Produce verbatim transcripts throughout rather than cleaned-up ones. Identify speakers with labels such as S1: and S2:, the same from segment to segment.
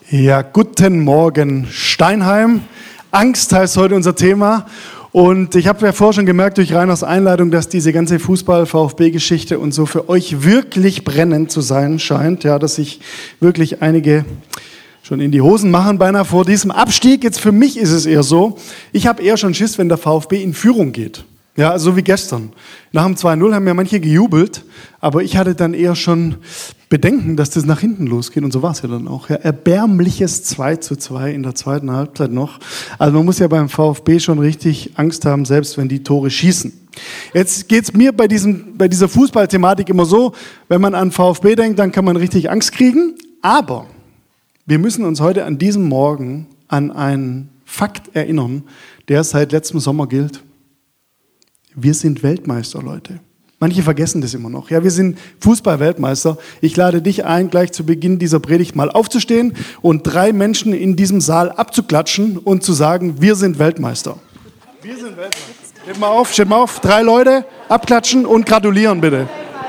S1: Ja, guten Morgen Steinheim. Angst heißt heute unser Thema. Und ich habe ja vorher schon gemerkt durch Reiners Einleitung, dass diese ganze Fußball-VfB-Geschichte und so für euch wirklich brennend zu sein scheint. Ja, dass sich wirklich einige schon in die Hosen machen beinahe vor diesem Abstieg. Jetzt für mich ist es eher so, ich habe eher schon Schiss, wenn der VfB in Führung geht. Ja, also so wie gestern. Nach dem zwei null haben ja manche gejubelt, aber ich hatte dann eher schon Bedenken, dass das nach hinten losgeht. Und so war es ja dann auch. Ja, erbärmliches zwei zu zwei in der zweiten Halbzeit noch. Also man muss ja beim VfB schon richtig Angst haben, selbst wenn die Tore schießen. Jetzt geht's mir bei, diesem, bei dieser Fußballthematik immer so, wenn man an VfB denkt, dann kann man richtig Angst kriegen. Aber wir müssen uns heute an diesem Morgen an einen Fakt erinnern, der seit letztem Sommer gilt. Wir sind Weltmeister, Leute. Manche vergessen das immer noch. Ja, wir sind Fußball-Weltmeister. Ich lade dich ein, gleich zu Beginn dieser Predigt mal aufzustehen und drei Menschen in diesem Saal abzuklatschen und zu sagen, wir sind Weltmeister. Wir sind Weltmeister. Steht mal auf, steht mal auf. Drei Leute abklatschen und gratulieren, bitte.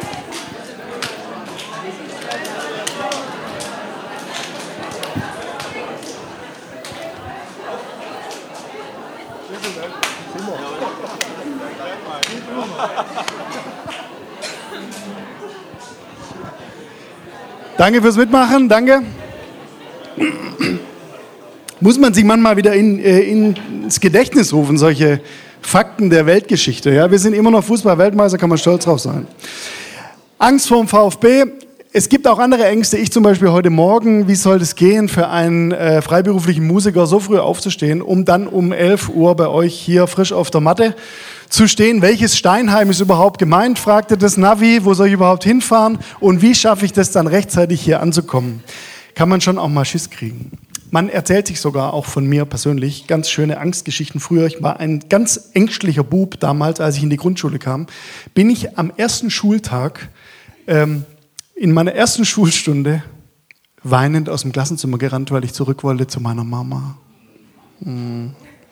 S1: Danke fürs Mitmachen, danke. Muss man sich manchmal wieder in, äh, ins Gedächtnis rufen, solche Fakten der Weltgeschichte. Ja? Wir sind immer noch Fußball-Weltmeister, kann man stolz drauf sein. Angst vor dem VfB. Es gibt auch andere Ängste. Ich zum Beispiel heute Morgen, wie soll es gehen, für einen äh, freiberuflichen Musiker so früh aufzustehen, um dann um elf Uhr bei euch hier frisch auf der Matte zu stehen. Welches Steinheim ist überhaupt gemeint, fragte das Navi. Wo soll ich überhaupt hinfahren? Und wie schaffe ich das dann rechtzeitig hier anzukommen? Kann man schon auch mal Schiss kriegen. Man erzählt sich sogar auch von mir persönlich ganz schöne Angstgeschichten. Früher, ich war ein ganz ängstlicher Bub damals, als ich in die Grundschule kam, bin ich am ersten Schultag ähm, in meiner ersten Schulstunde weinend aus dem Klassenzimmer gerannt, weil ich zurück wollte zu meiner Mama. Hm.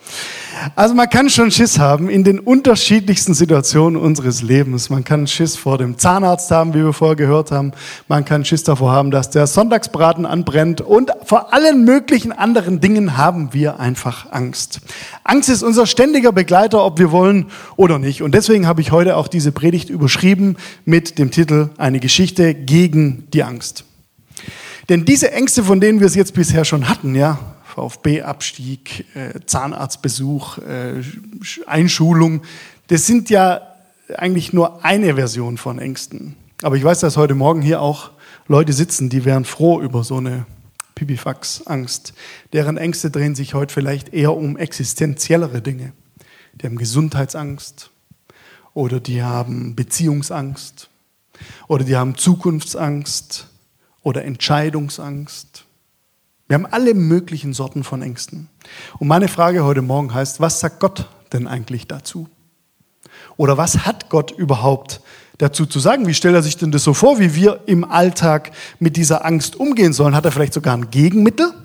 S1: Also man kann schon Schiss haben in den unterschiedlichsten Situationen unseres Lebens. Man kann Schiss vor dem Zahnarzt haben, wie wir vorher gehört haben. Man kann Schiss davor haben, dass der Sonntagsbraten anbrennt. Und vor allen möglichen anderen Dingen haben wir einfach Angst. Angst ist unser ständiger Begleiter, ob wir wollen oder nicht. Und deswegen habe ich heute auch diese Predigt überschrieben mit dem Titel Eine Geschichte gegen die Angst. Denn diese Ängste, von denen wir es jetzt bisher schon hatten, ja, VfB-Abstieg, äh, Zahnarztbesuch, äh, Einschulung, das sind ja eigentlich nur eine Version von Ängsten. Aber ich weiß, dass heute Morgen hier auch Leute sitzen, die wären froh über so eine Pipifax-Angst. Deren Ängste drehen sich heute vielleicht eher um existenziellere Dinge. Die haben Gesundheitsangst oder die haben Beziehungsangst oder die haben Zukunftsangst oder Entscheidungsangst. Wir haben alle möglichen Sorten von Ängsten. Und meine Frage heute Morgen heißt, was sagt Gott denn eigentlich dazu? Oder was hat Gott überhaupt dazu zu sagen? Wie stellt er sich denn das so vor, wie wir im Alltag mit dieser Angst umgehen sollen? Hat er vielleicht sogar ein Gegenmittel?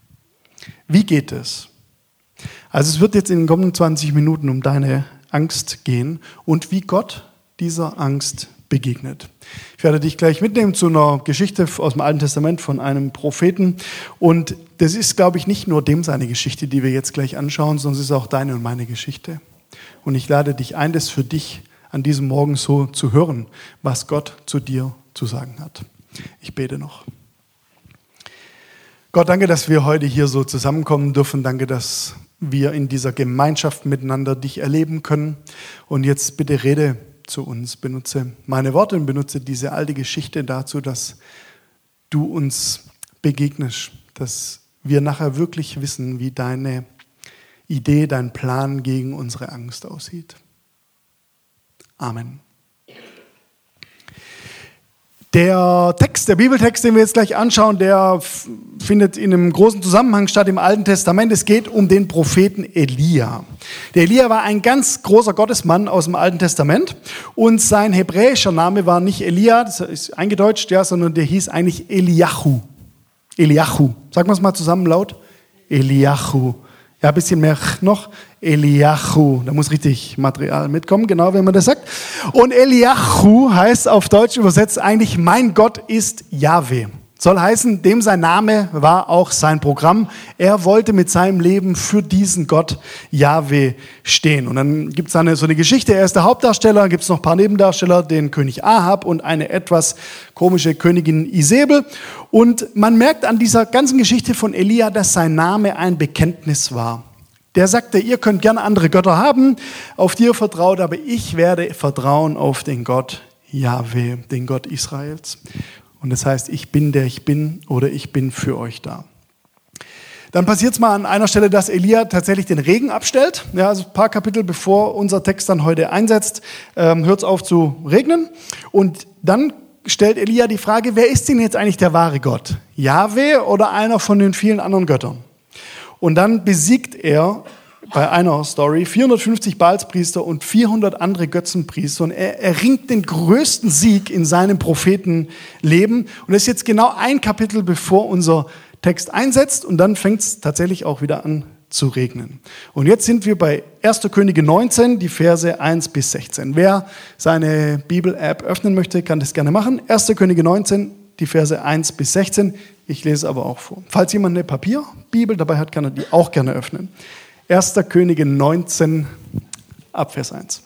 S1: Wie geht es? Also es wird jetzt in den kommenden zwanzig Minuten um deine Angst gehen und wie Gott dieser Angst begegnet. Ich werde dich gleich mitnehmen zu einer Geschichte aus dem Alten Testament von einem Propheten. Und das ist, glaube ich, nicht nur dem seine Geschichte, die wir jetzt gleich anschauen, sondern es ist auch deine und meine Geschichte. Und ich lade dich ein, das für dich an diesem Morgen so zu hören, was Gott zu dir zu sagen hat. Ich bete noch. Gott, danke, dass wir heute hier so zusammenkommen dürfen. Danke, dass wir in dieser Gemeinschaft miteinander dich erleben können. Und jetzt bitte rede zu uns, benutze meine Worte und benutze diese alte Geschichte dazu, dass du uns begegnest, dass wir nachher wirklich wissen, wie deine Idee, dein Plan gegen unsere Angst aussieht. Amen. Der Text, der Bibeltext, den wir jetzt gleich anschauen, der f- findet in einem großen Zusammenhang statt im Alten Testament. Es geht um den Propheten Elia. Der Elia war ein ganz großer Gottesmann aus dem Alten Testament und sein hebräischer Name war nicht Elia, das ist eingedeutscht, ja, sondern der hieß eigentlich Eliahu. Eliahu. Sagen wir es mal zusammen laut. Eliahu. Ja, ein bisschen mehr noch. Eliahu. Da muss richtig Material mitkommen, genau, wenn man das sagt. Und Eliahu heißt auf Deutsch übersetzt eigentlich, mein Gott ist Jahwe. Soll heißen, dem sein Name war auch sein Programm. Er wollte mit seinem Leben für diesen Gott Jahwe stehen. Und dann gibt es eine, so eine Geschichte, er ist der Hauptdarsteller, gibt es noch ein paar Nebendarsteller, den König Ahab und eine etwas komische Königin Isebel. Und man merkt an dieser ganzen Geschichte von Elia, dass sein Name ein Bekenntnis war. Der sagte, ihr könnt gerne andere Götter haben, auf die ihr vertraut, aber ich werde vertrauen auf den Gott Jahwe, den Gott Israels. Und das heißt, ich bin der ich bin oder ich bin für euch da. Dann passiert es mal an einer Stelle, dass Elia tatsächlich den Regen abstellt. Ja, also ein paar Kapitel bevor unser Text dann heute einsetzt, ähm, hört es auf zu regnen. Und dann stellt Elia die Frage, wer ist denn jetzt eigentlich der wahre Gott? Jahwe oder einer von den vielen anderen Göttern? Und dann besiegt er bei einer Story vierhundertfünfzig Baalspriester und vierhundert andere Götzenpriester. Und er erringt den größten Sieg in seinem Prophetenleben. Und das ist jetzt genau ein Kapitel, bevor unser Text einsetzt. Und dann fängt es tatsächlich auch wieder an zu regnen. Und jetzt sind wir bei erster Könige neunzehn, die Verse eins bis sechzehn. Wer seine Bibel-App öffnen möchte, kann das gerne machen. erster Könige neunzehn, die Verse eins bis sechzehn. Ich lese aber auch vor. Falls jemand eine Papierbibel dabei hat, kann er die auch gerne öffnen. erster Könige neunzehn, ab Vers eins.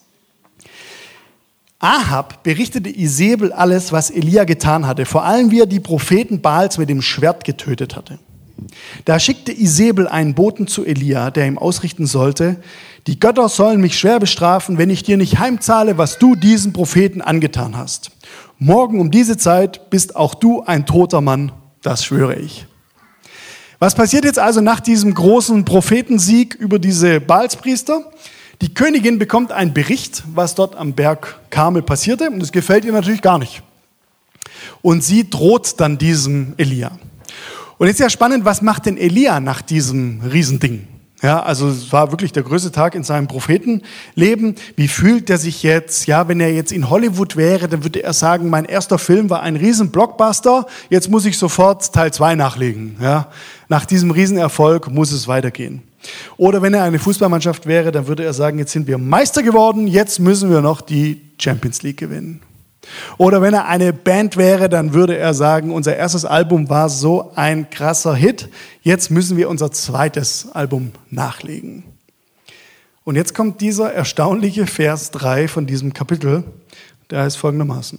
S1: Ahab berichtete Isebel alles, was Elia getan hatte, vor allem wie er die Propheten Baals mit dem Schwert getötet hatte. Da schickte Isebel einen Boten zu Elia, der ihm ausrichten sollte, die Götter sollen mich schwer bestrafen, wenn ich dir nicht heimzahle, was du diesen Propheten angetan hast. Morgen um diese Zeit bist auch du ein toter Mann, das schwöre ich. Was passiert jetzt also nach diesem großen Prophetensieg über diese Baalspriester? Die Königin bekommt einen Bericht, was dort am Berg Karmel passierte, und das gefällt ihr natürlich gar nicht. Und sie droht dann diesem Elia. Und jetzt ist ja spannend, was macht denn Elia nach diesem Riesending? Ja, also es war wirklich der größte Tag in seinem Prophetenleben. Wie fühlt er sich jetzt? Ja, wenn er jetzt in Hollywood wäre, dann würde er sagen, mein erster Film war ein riesen Blockbuster, jetzt muss ich sofort Teil zwei nachlegen. Ja, nach diesem Riesenerfolg muss es weitergehen. Oder wenn er eine Fußballmannschaft wäre, dann würde er sagen, jetzt sind wir Meister geworden, jetzt müssen wir noch die Champions League gewinnen. Oder wenn er eine Band wäre, dann würde er sagen, unser erstes Album war so ein krasser Hit, jetzt müssen wir unser zweites Album nachlegen. Und jetzt kommt dieser erstaunliche Vers drei von diesem Kapitel, der heißt folgendermaßen: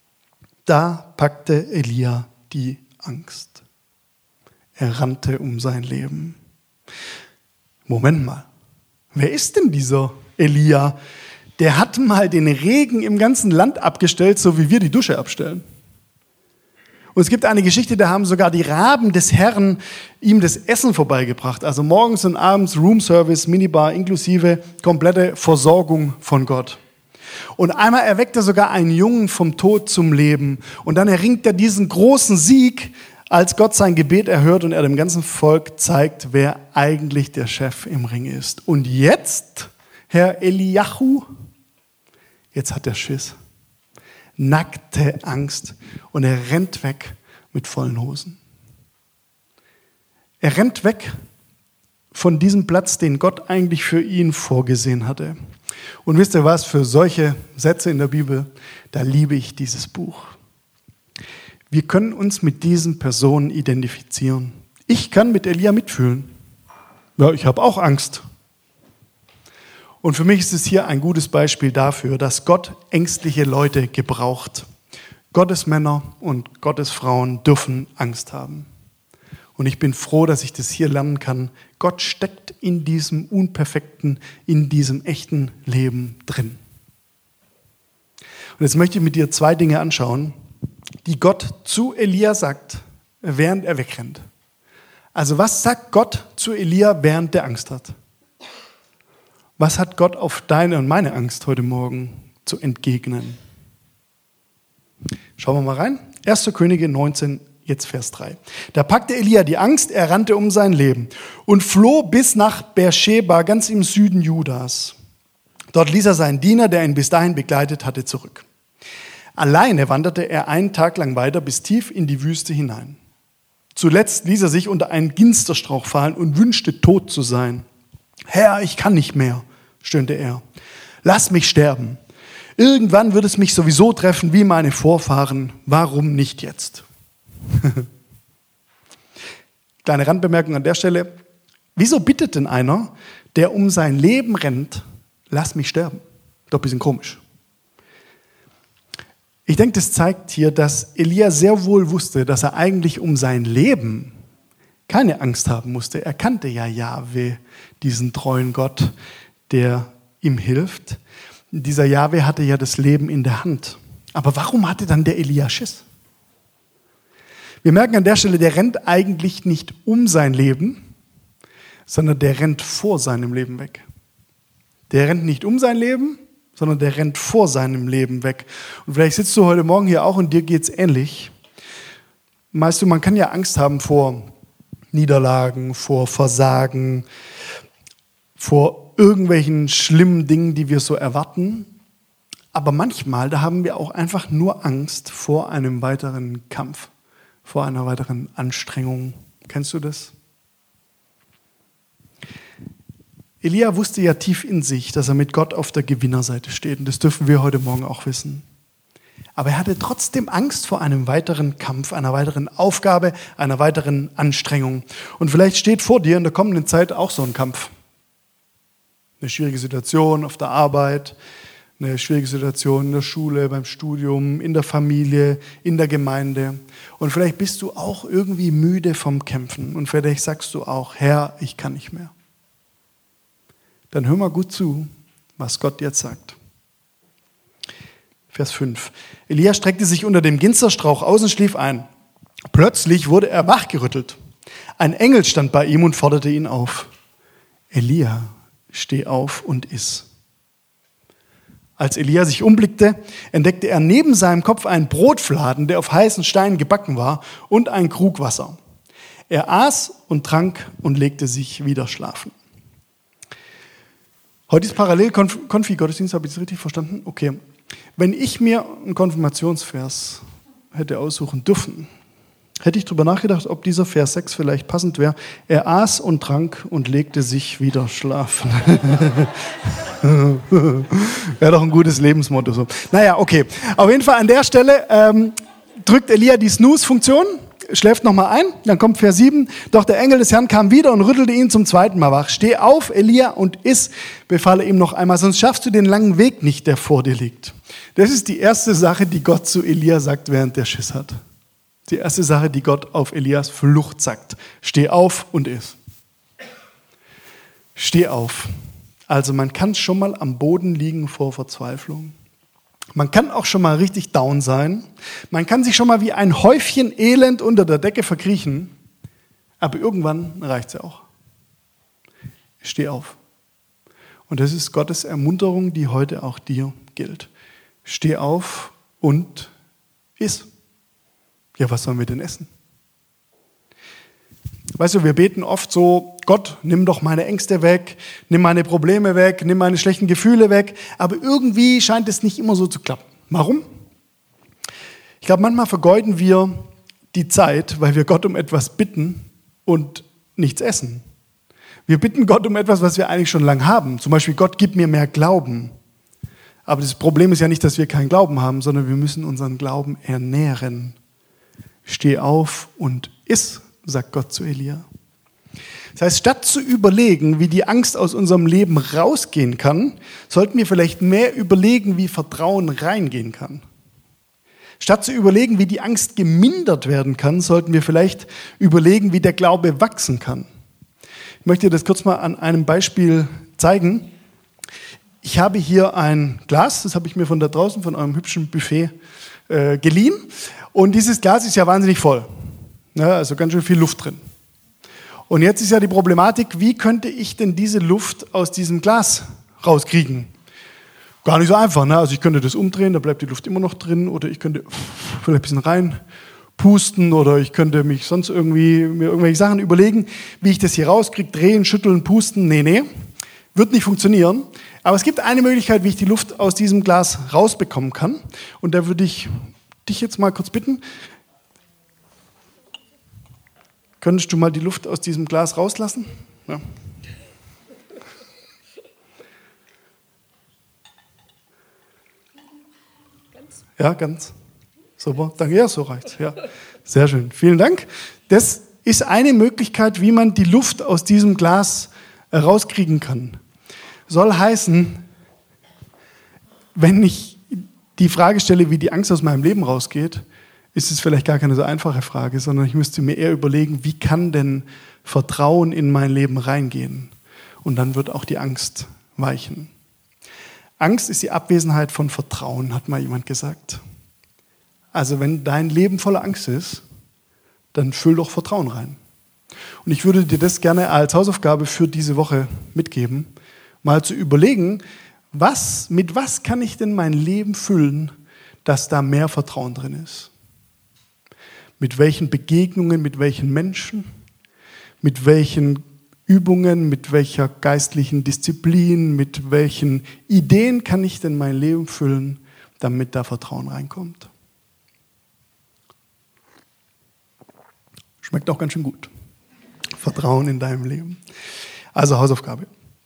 S1: Da packte Elia die Angst. Er rannte um sein Leben. Moment mal, wer ist denn dieser Elia? Der hat mal den Regen im ganzen Land abgestellt, so wie wir die Dusche abstellen. Und es gibt eine Geschichte, da haben sogar die Raben des Herrn ihm das Essen vorbeigebracht. Also morgens und abends Roomservice, Minibar inklusive komplette Versorgung von Gott. Und einmal erweckt er sogar einen Jungen vom Tod zum Leben. Und dann erringt er diesen großen Sieg, als Gott sein Gebet erhört und er dem ganzen Volk zeigt, wer eigentlich der Chef im Ring ist. Und jetzt, Herr Eliahu, jetzt hat er Schiss, nackte Angst und er rennt weg mit vollen Hosen. Er rennt weg von diesem Platz, den Gott eigentlich für ihn vorgesehen hatte. Und wisst ihr was, für solche Sätze in der Bibel, da liebe ich dieses Buch. Wir können uns mit diesen Personen identifizieren. Ich kann mit Elia mitfühlen. Ja, ich habe auch Angst. Und für mich ist es hier ein gutes Beispiel dafür, dass Gott ängstliche Leute gebraucht. Gottesmänner und Gottesfrauen dürfen Angst haben. Und ich bin froh, dass ich das hier lernen kann. Gott steckt in diesem unperfekten, in diesem echten Leben drin. Und jetzt möchte ich mit dir zwei Dinge anschauen, die Gott zu Elia sagt, während er wegrennt. Also was sagt Gott zu Elia, während der Angst hat? Was hat Gott auf deine und meine Angst heute Morgen zu entgegnen? Schauen wir mal rein. erster Könige neunzehn, jetzt Vers drei. Da packte Elia die Angst, er rannte um sein Leben und floh bis nach Beersheba, ganz im Süden Judas. Dort ließ er seinen Diener, der ihn bis dahin begleitet hatte, zurück. Alleine wanderte er einen Tag lang weiter bis tief in die Wüste hinein. Zuletzt ließ er sich unter einen Ginsterstrauch fallen und wünschte, tot zu sein. Herr, ich kann nicht mehr, stöhnte er. Lass mich sterben. Irgendwann wird es mich sowieso treffen wie meine Vorfahren. Warum nicht jetzt? kleine Randbemerkung an der Stelle. Wieso bittet denn einer, der um sein Leben rennt, lass mich sterben? Doch ein bisschen komisch. Ich denke, das zeigt hier, dass Elia sehr wohl wusste, dass er eigentlich um sein Leben keine Angst haben musste. Er kannte ja Jahwe, diesen treuen Gott, der ihm hilft. Dieser Jahwe hatte ja das Leben in der Hand. Aber warum hatte dann der Elia Schiss? Wir merken an der Stelle, der rennt eigentlich nicht um sein Leben, sondern der rennt vor seinem Leben weg. Der rennt nicht um sein Leben, sondern der rennt vor seinem Leben weg. Und vielleicht sitzt du heute Morgen hier auch und dir geht's ähnlich. Weißt du, man kann ja Angst haben vor Niederlagen, vor Versagen, vor irgendwelchen schlimmen Dingen, die wir so erwarten. Aber manchmal, da haben wir auch einfach nur Angst vor einem weiteren Kampf, vor einer weiteren Anstrengung. Kennst du das? Elia wusste ja tief in sich, dass er mit Gott auf der Gewinnerseite steht. Und das dürfen wir heute Morgen auch wissen. Aber er hatte trotzdem Angst vor einem weiteren Kampf, einer weiteren Aufgabe, einer weiteren Anstrengung. Und vielleicht steht vor dir in der kommenden Zeit auch so ein Kampf. Eine schwierige Situation auf der Arbeit, eine schwierige Situation in der Schule, beim Studium, in der Familie, in der Gemeinde. Und vielleicht bist du auch irgendwie müde vom Kämpfen. Und vielleicht sagst du auch, Herr, ich kann nicht mehr. Dann hör mal gut zu, was Gott jetzt sagt. Vers fünf. Elia streckte sich unter dem Ginsterstrauch aus und schlief ein. Plötzlich wurde er wachgerüttelt. Ein Engel stand bei ihm und forderte ihn auf. Elia, steh auf und iss. Als Elia sich umblickte, entdeckte er neben seinem Kopf einen Brotfladen, der auf heißen Steinen gebacken war, und einen Krug Wasser. Er aß und trank und legte sich wieder schlafen. Heute ist Parallel-Konfi-Gottesdienst, habe ich das richtig verstanden? Okay. Wenn ich mir einen Konfirmationsvers hätte aussuchen dürfen, hätte ich darüber nachgedacht, ob dieser Vers sechs vielleicht passend wäre. Er aß und trank und legte sich wieder schlafen. Wäre doch ein gutes Lebensmotto. So. Naja, okay. Auf jeden Fall an der Stelle ähm, drückt Elia die Snooze-Funktion, schläft nochmal ein, dann kommt Vers sieben. Doch der Engel des Herrn kam wieder und rüttelte ihn zum zweiten Mal wach. Steh auf, Elia, und iss, befahl er ihm noch einmal, sonst schaffst du den langen Weg nicht, der vor dir liegt. Das ist die erste Sache, die Gott zu Elia sagt, während der Schiss hat. Die erste Sache, die Gott auf Elias Flucht sagt. Steh auf und iss. Steh auf. Also man kann schon mal am Boden liegen vor Verzweiflung. Man kann auch schon mal richtig down sein. Man kann sich schon mal wie ein Häufchen Elend unter der Decke verkriechen. Aber irgendwann reicht es ja auch. Steh auf. Und das ist Gottes Ermunterung, die heute auch dir gilt. Steh auf und iss. Ja, was sollen wir denn essen? Weißt du, wir beten oft so, Gott, nimm doch meine Ängste weg, nimm meine Probleme weg, nimm meine schlechten Gefühle weg. Aber irgendwie scheint es nicht immer so zu klappen. Warum? Ich glaube, manchmal vergeuden wir die Zeit, weil wir Gott um etwas bitten und nichts essen. Wir bitten Gott um etwas, was wir eigentlich schon lange haben. Zum Beispiel, Gott, gib mir mehr Glauben. Aber das Problem ist ja nicht, dass wir keinen Glauben haben, sondern wir müssen unseren Glauben ernähren. Steh auf und iss, sagt Gott zu Elia. Das heißt, statt zu überlegen, wie die Angst aus unserem Leben rausgehen kann, sollten wir vielleicht mehr überlegen, wie Vertrauen reingehen kann. Statt zu überlegen, wie die Angst gemindert werden kann, sollten wir vielleicht überlegen, wie der Glaube wachsen kann. Ich möchte das kurz mal an einem Beispiel zeigen. Ich habe hier ein Glas, das habe ich mir von da draußen, von eurem hübschen Buffet äh, geliehen. Und dieses Glas ist ja wahnsinnig voll. Ja, also ganz schön viel Luft drin. Und jetzt ist ja die Problematik, wie könnte ich denn diese Luft aus diesem Glas rauskriegen? Gar nicht so einfach. Ne? Also ich könnte das umdrehen, da bleibt die Luft immer noch drin. Oder ich könnte vielleicht ein bisschen reinpusten. Oder ich könnte mich sonst irgendwie mir irgendwelche Sachen überlegen, wie ich das hier rauskriege. Drehen, schütteln, pusten. Nee, nee. Wird nicht funktionieren. Aber es gibt eine Möglichkeit, wie ich die Luft aus diesem Glas rausbekommen kann. Und da würde ich dich jetzt mal kurz bitten, könntest du mal die Luft aus diesem Glas rauslassen? Ja. Ganz? Ja, ganz. Super. Danke, ja, so reicht's. Ja. Sehr schön. Vielen Dank. Das ist eine Möglichkeit, wie man die Luft aus diesem Glas rauskriegen kann. Soll heißen, wenn ich die Frage stelle, wie die Angst aus meinem Leben rausgeht, ist es vielleicht gar keine so einfache Frage, sondern ich müsste mir eher überlegen, wie kann denn Vertrauen in mein Leben reingehen? Und dann wird auch die Angst weichen. Angst ist die Abwesenheit von Vertrauen, hat mal jemand gesagt. Also wenn dein Leben voller Angst ist, dann füll doch Vertrauen rein. Und ich würde dir das gerne als Hausaufgabe für diese Woche mitgeben, mal zu überlegen, was, mit was kann ich denn mein Leben füllen, dass da mehr Vertrauen drin ist? Mit welchen Begegnungen, mit welchen Menschen, mit welchen Übungen, mit welcher geistlichen Disziplin, mit welchen Ideen kann ich denn mein Leben füllen, damit da Vertrauen reinkommt? Schmeckt auch ganz schön gut. Vertrauen in deinem Leben. Also Hausaufgabe.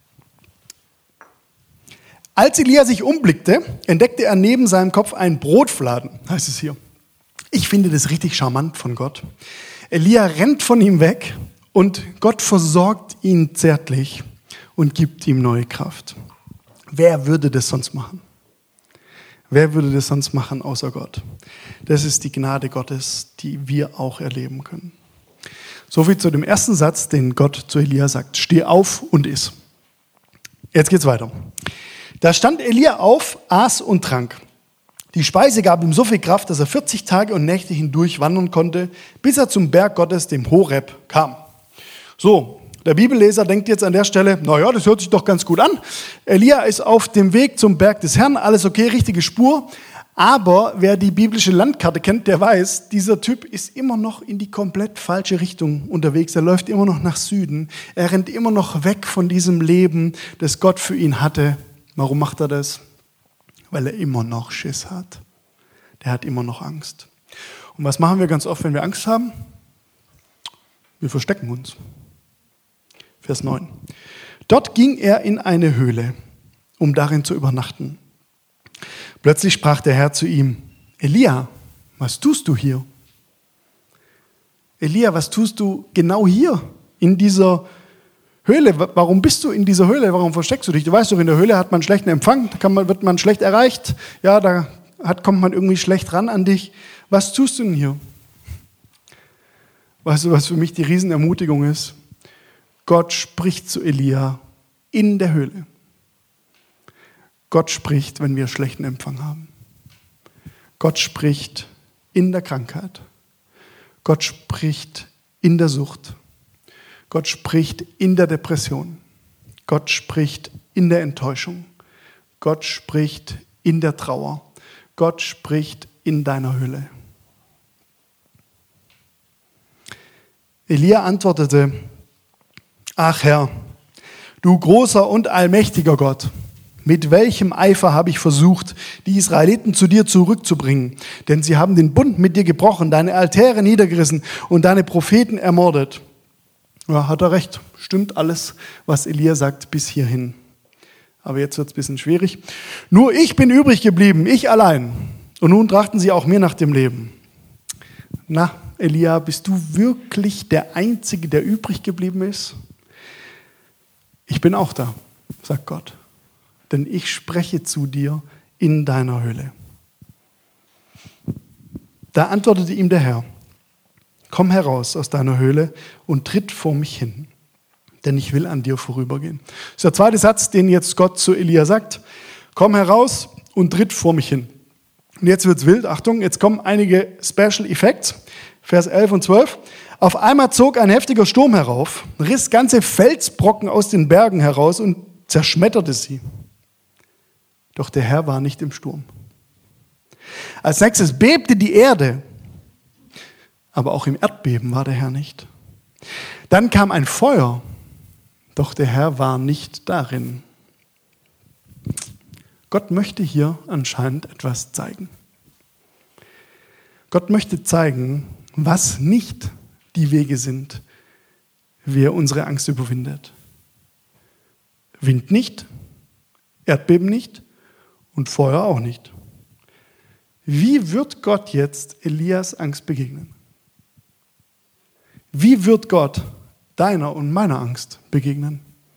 S1: Als Elia sich umblickte, entdeckte er neben seinem Kopf einen Brotfladen, heißt es hier. Ich finde das richtig charmant von Gott. Elia rennt von ihm weg und Gott versorgt ihn zärtlich und gibt ihm neue Kraft. Wer würde das sonst machen? Wer würde das sonst machen außer Gott? Das ist die Gnade Gottes, die wir auch erleben können. Soviel zu dem ersten Satz, den Gott zu Elia sagt. Steh auf und iss. Jetzt geht's weiter. Da stand Elia auf, aß und trank. Die Speise gab ihm so viel Kraft, dass er vierzig Tage und Nächte hindurch wandern konnte, bis er zum Berg Gottes, dem Horeb, kam. So, der Bibelleser denkt jetzt an der Stelle, naja, das hört sich doch ganz gut an. Elia ist auf dem Weg zum Berg des Herrn, alles okay, richtige Spur. Aber wer die biblische Landkarte kennt, der weiß, dieser Typ ist immer noch in die komplett falsche Richtung unterwegs. Er läuft immer noch nach Süden. Er rennt immer noch weg von diesem Leben, das Gott für ihn hatte. Warum macht er das? Weil er immer noch Schiss hat. Der hat immer noch Angst. Und was machen wir ganz oft, wenn wir Angst haben? Wir verstecken uns. Vers neun. Dort ging er in eine Höhle, um darin zu übernachten. Plötzlich sprach der Herr zu ihm, Elia, was tust du hier? Elia, was tust du genau hier in dieser Höhle? Warum bist du in dieser Höhle? Warum versteckst du dich? Du weißt doch, in der Höhle hat man schlechten Empfang, da kann man, wird man schlecht erreicht, ja, da hat, kommt man irgendwie schlecht ran an dich. Was tust du denn hier? Weißt du, was für mich die Riesenermutigung ist? Gott spricht zu Elia in der Höhle. Gott spricht, wenn wir schlechten Empfang haben. Gott spricht in der Krankheit. Gott spricht in der Sucht. Gott spricht in der Depression. Gott spricht in der Enttäuschung. Gott spricht in der Trauer. Gott spricht in deiner Höhle. Elia antwortete, ach Herr, du großer und allmächtiger Gott, mit welchem Eifer habe ich versucht, die Israeliten zu dir zurückzubringen? Denn sie haben den Bund mit dir gebrochen, deine Altäre niedergerissen und deine Propheten ermordet. Ja, hat er recht. Stimmt alles, was Elia sagt, bis hierhin. Aber jetzt wird es ein bisschen schwierig. Nur ich bin übrig geblieben, ich allein. Und nun trachten sie auch mir nach dem Leben. Na, Elia, bist du wirklich der Einzige, der übrig geblieben ist? Ich bin auch da, sagt Gott. Denn ich spreche zu dir in deiner Höhle. Da antwortete ihm der Herr, komm heraus aus deiner Höhle und tritt vor mich hin, denn ich will an dir vorübergehen. Das ist der zweite Satz, den jetzt Gott zu Elia sagt. Komm heraus und tritt vor mich hin. Und jetzt wird's wild, Achtung, jetzt kommen einige Special Effects, Vers elf und zwölf. Auf einmal zog ein heftiger Sturm herauf, riss ganze Felsbrocken aus den Bergen heraus und zerschmetterte sie. Doch der Herr war nicht im Sturm. Als nächstes bebte die Erde, aber auch im Erdbeben war der Herr nicht. Dann kam ein Feuer, doch der Herr war nicht darin. Gott möchte hier anscheinend etwas zeigen. Gott möchte zeigen, was nicht die Wege sind, wie er unsere Angst überwindet. Wind nicht, Erdbeben nicht, und Feuer auch nicht. Wie wird Gott jetzt Elias Angst begegnen? Wie wird Gott deiner und meiner Angst begegnen?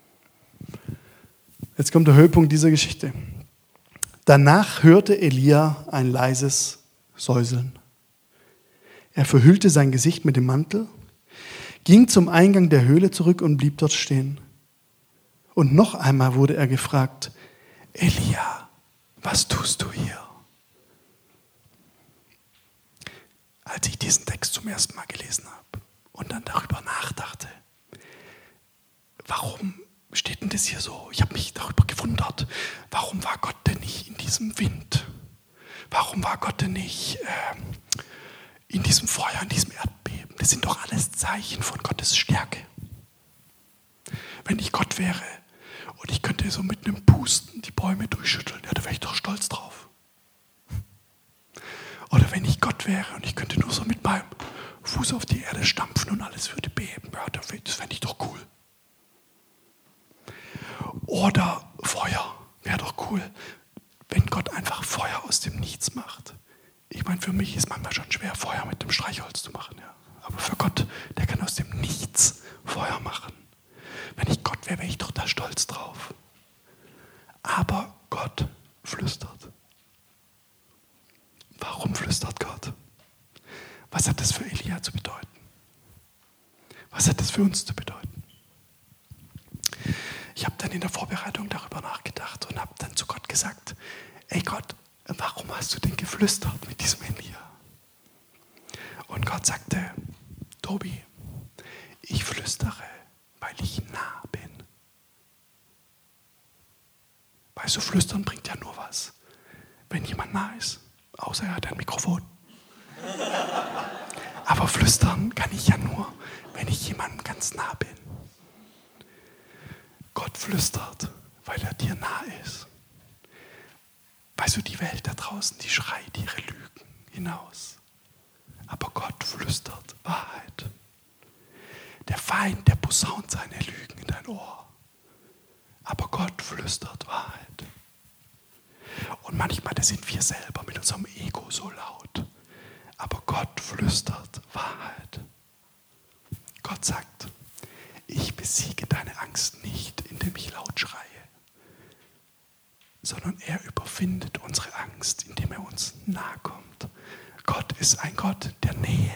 S1: Jetzt kommt der Höhepunkt dieser Geschichte. Danach hörte Elia ein leises Säuseln. Er verhüllte sein Gesicht mit dem Mantel, ging zum Eingang der Höhle zurück und blieb dort stehen. Und noch einmal wurde er gefragt, Elia, was tust du hier? Als ich diesen Text zum ersten Mal gelesen habe und dann darüber nachdachte, warum steht denn das hier so? Ich habe mich darüber gewundert, warum war Gott denn nicht in diesem Wind? Warum war Gott denn nicht äh, in diesem Feuer, in diesem Erdbeben? Das sind doch alles Zeichen von Gottes Stärke. Wenn ich Gott wäre und ich könnte so mit einem Pusten die Bäume durchschütteln, ja, da wäre ich doch stolz drauf. Oder wenn ich Gott wäre und ich könnte nur so mit meinem Fuß auf die Erde stampfen und alles würde beben, ja, das fände ich doch cool. Oder Feuer, wäre doch cool, wenn Gott einfach Feuer aus dem Nichts macht. Ich meine, für mich ist manchmal schon schwer, Feuer mit dem Streichholz zu machen. Ja. Aber für Gott, der kann aus dem Nichts Feuer machen. Wenn ich Gott wäre, wäre ich doch da stolz drauf. Aber Gott flüstert. Warum flüstert Gott? Was hat das für Elia zu bedeuten? Was hat das für uns zu bedeuten? Ich habe dann in der Vorbereitung darüber nachgedacht und habe dann zu Gott gesagt, ey Gott, warum hast du denn geflüstert mit diesem Elia? Und Gott sagte, Tobi, ich flüstere, weil ich nah bin. Weißt du, flüstern bringt ja nur was, wenn jemand nah ist, außer er hat ein Mikrofon. Aber flüstern kann ich ja nur, wenn ich jemandem ganz nah bin. Gott flüstert, weil er dir nah ist. Weißt du, die Welt da draußen, die schreit ihre Lügen hinaus. Aber Gott flüstert Wahrheit. Der Feind, der posaunt seine Lügen in dein Ohr. Aber Gott flüstert Wahrheit. Und manchmal, da sind wir selber mit unserem Ego so laut. Aber Gott flüstert Wahrheit. Gott sagt, ich besiege deine Angst nicht, indem ich laut schreie, sondern er überwindet unsere Angst, indem er uns nahe kommt. Gott ist ein Gott der Nähe.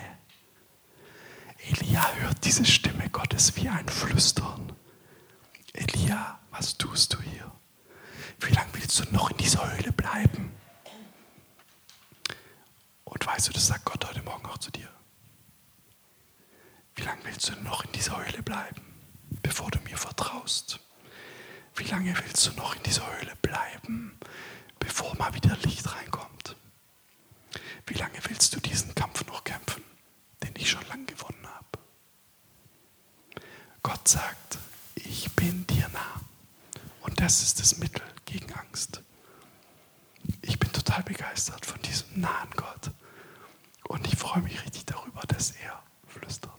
S1: Elia hört diese Stimme Gottes wie ein Flüstern. Elia, was tust du hier? Wie lange willst du noch in dieser Höhle bleiben? Und weißt du, das sagt Gott heute Morgen auch zu dir. Wie lange willst du noch in dieser Höhle bleiben, bevor du mir vertraust? Wie lange willst du noch in dieser Höhle bleiben, bevor mal wieder Licht reinkommt? Wie lange willst du diesen Kampf noch kämpfen, den ich schon lange gewonnen habe? Gott sagt, ich bin dir nah. Und das ist das Mittel gegen Angst. Ich bin total begeistert von diesem nahen Gott. Und ich freue mich richtig darüber, dass er flüstert.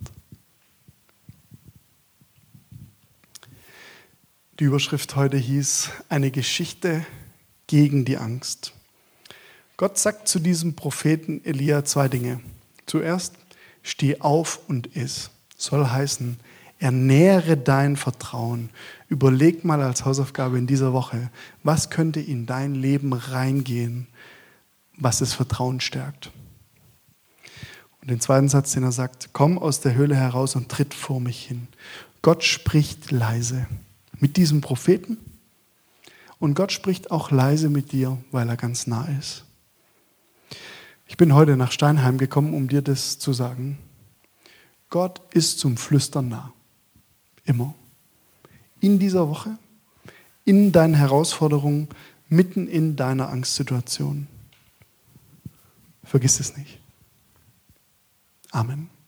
S1: Die Überschrift heute hieß, eine Geschichte gegen die Angst. Gott sagt zu diesem Propheten Elia zwei Dinge. Zuerst, steh auf und iss. Soll heißen, ernähre dein Vertrauen. Überleg mal als Hausaufgabe in dieser Woche, was könnte in dein Leben reingehen, was das Vertrauen stärkt. Und den zweiten Satz, den er sagt, komm aus der Höhle heraus und tritt vor mich hin. Gott spricht leise mit diesem Propheten und Gott spricht auch leise mit dir, weil er ganz nah ist. Ich bin heute nach Steinheim gekommen, um dir das zu sagen. Gott ist zum Flüstern nah. Immer. In dieser Woche, in deinen Herausforderungen, mitten in deiner Angstsituation. Vergiss es nicht. Amen.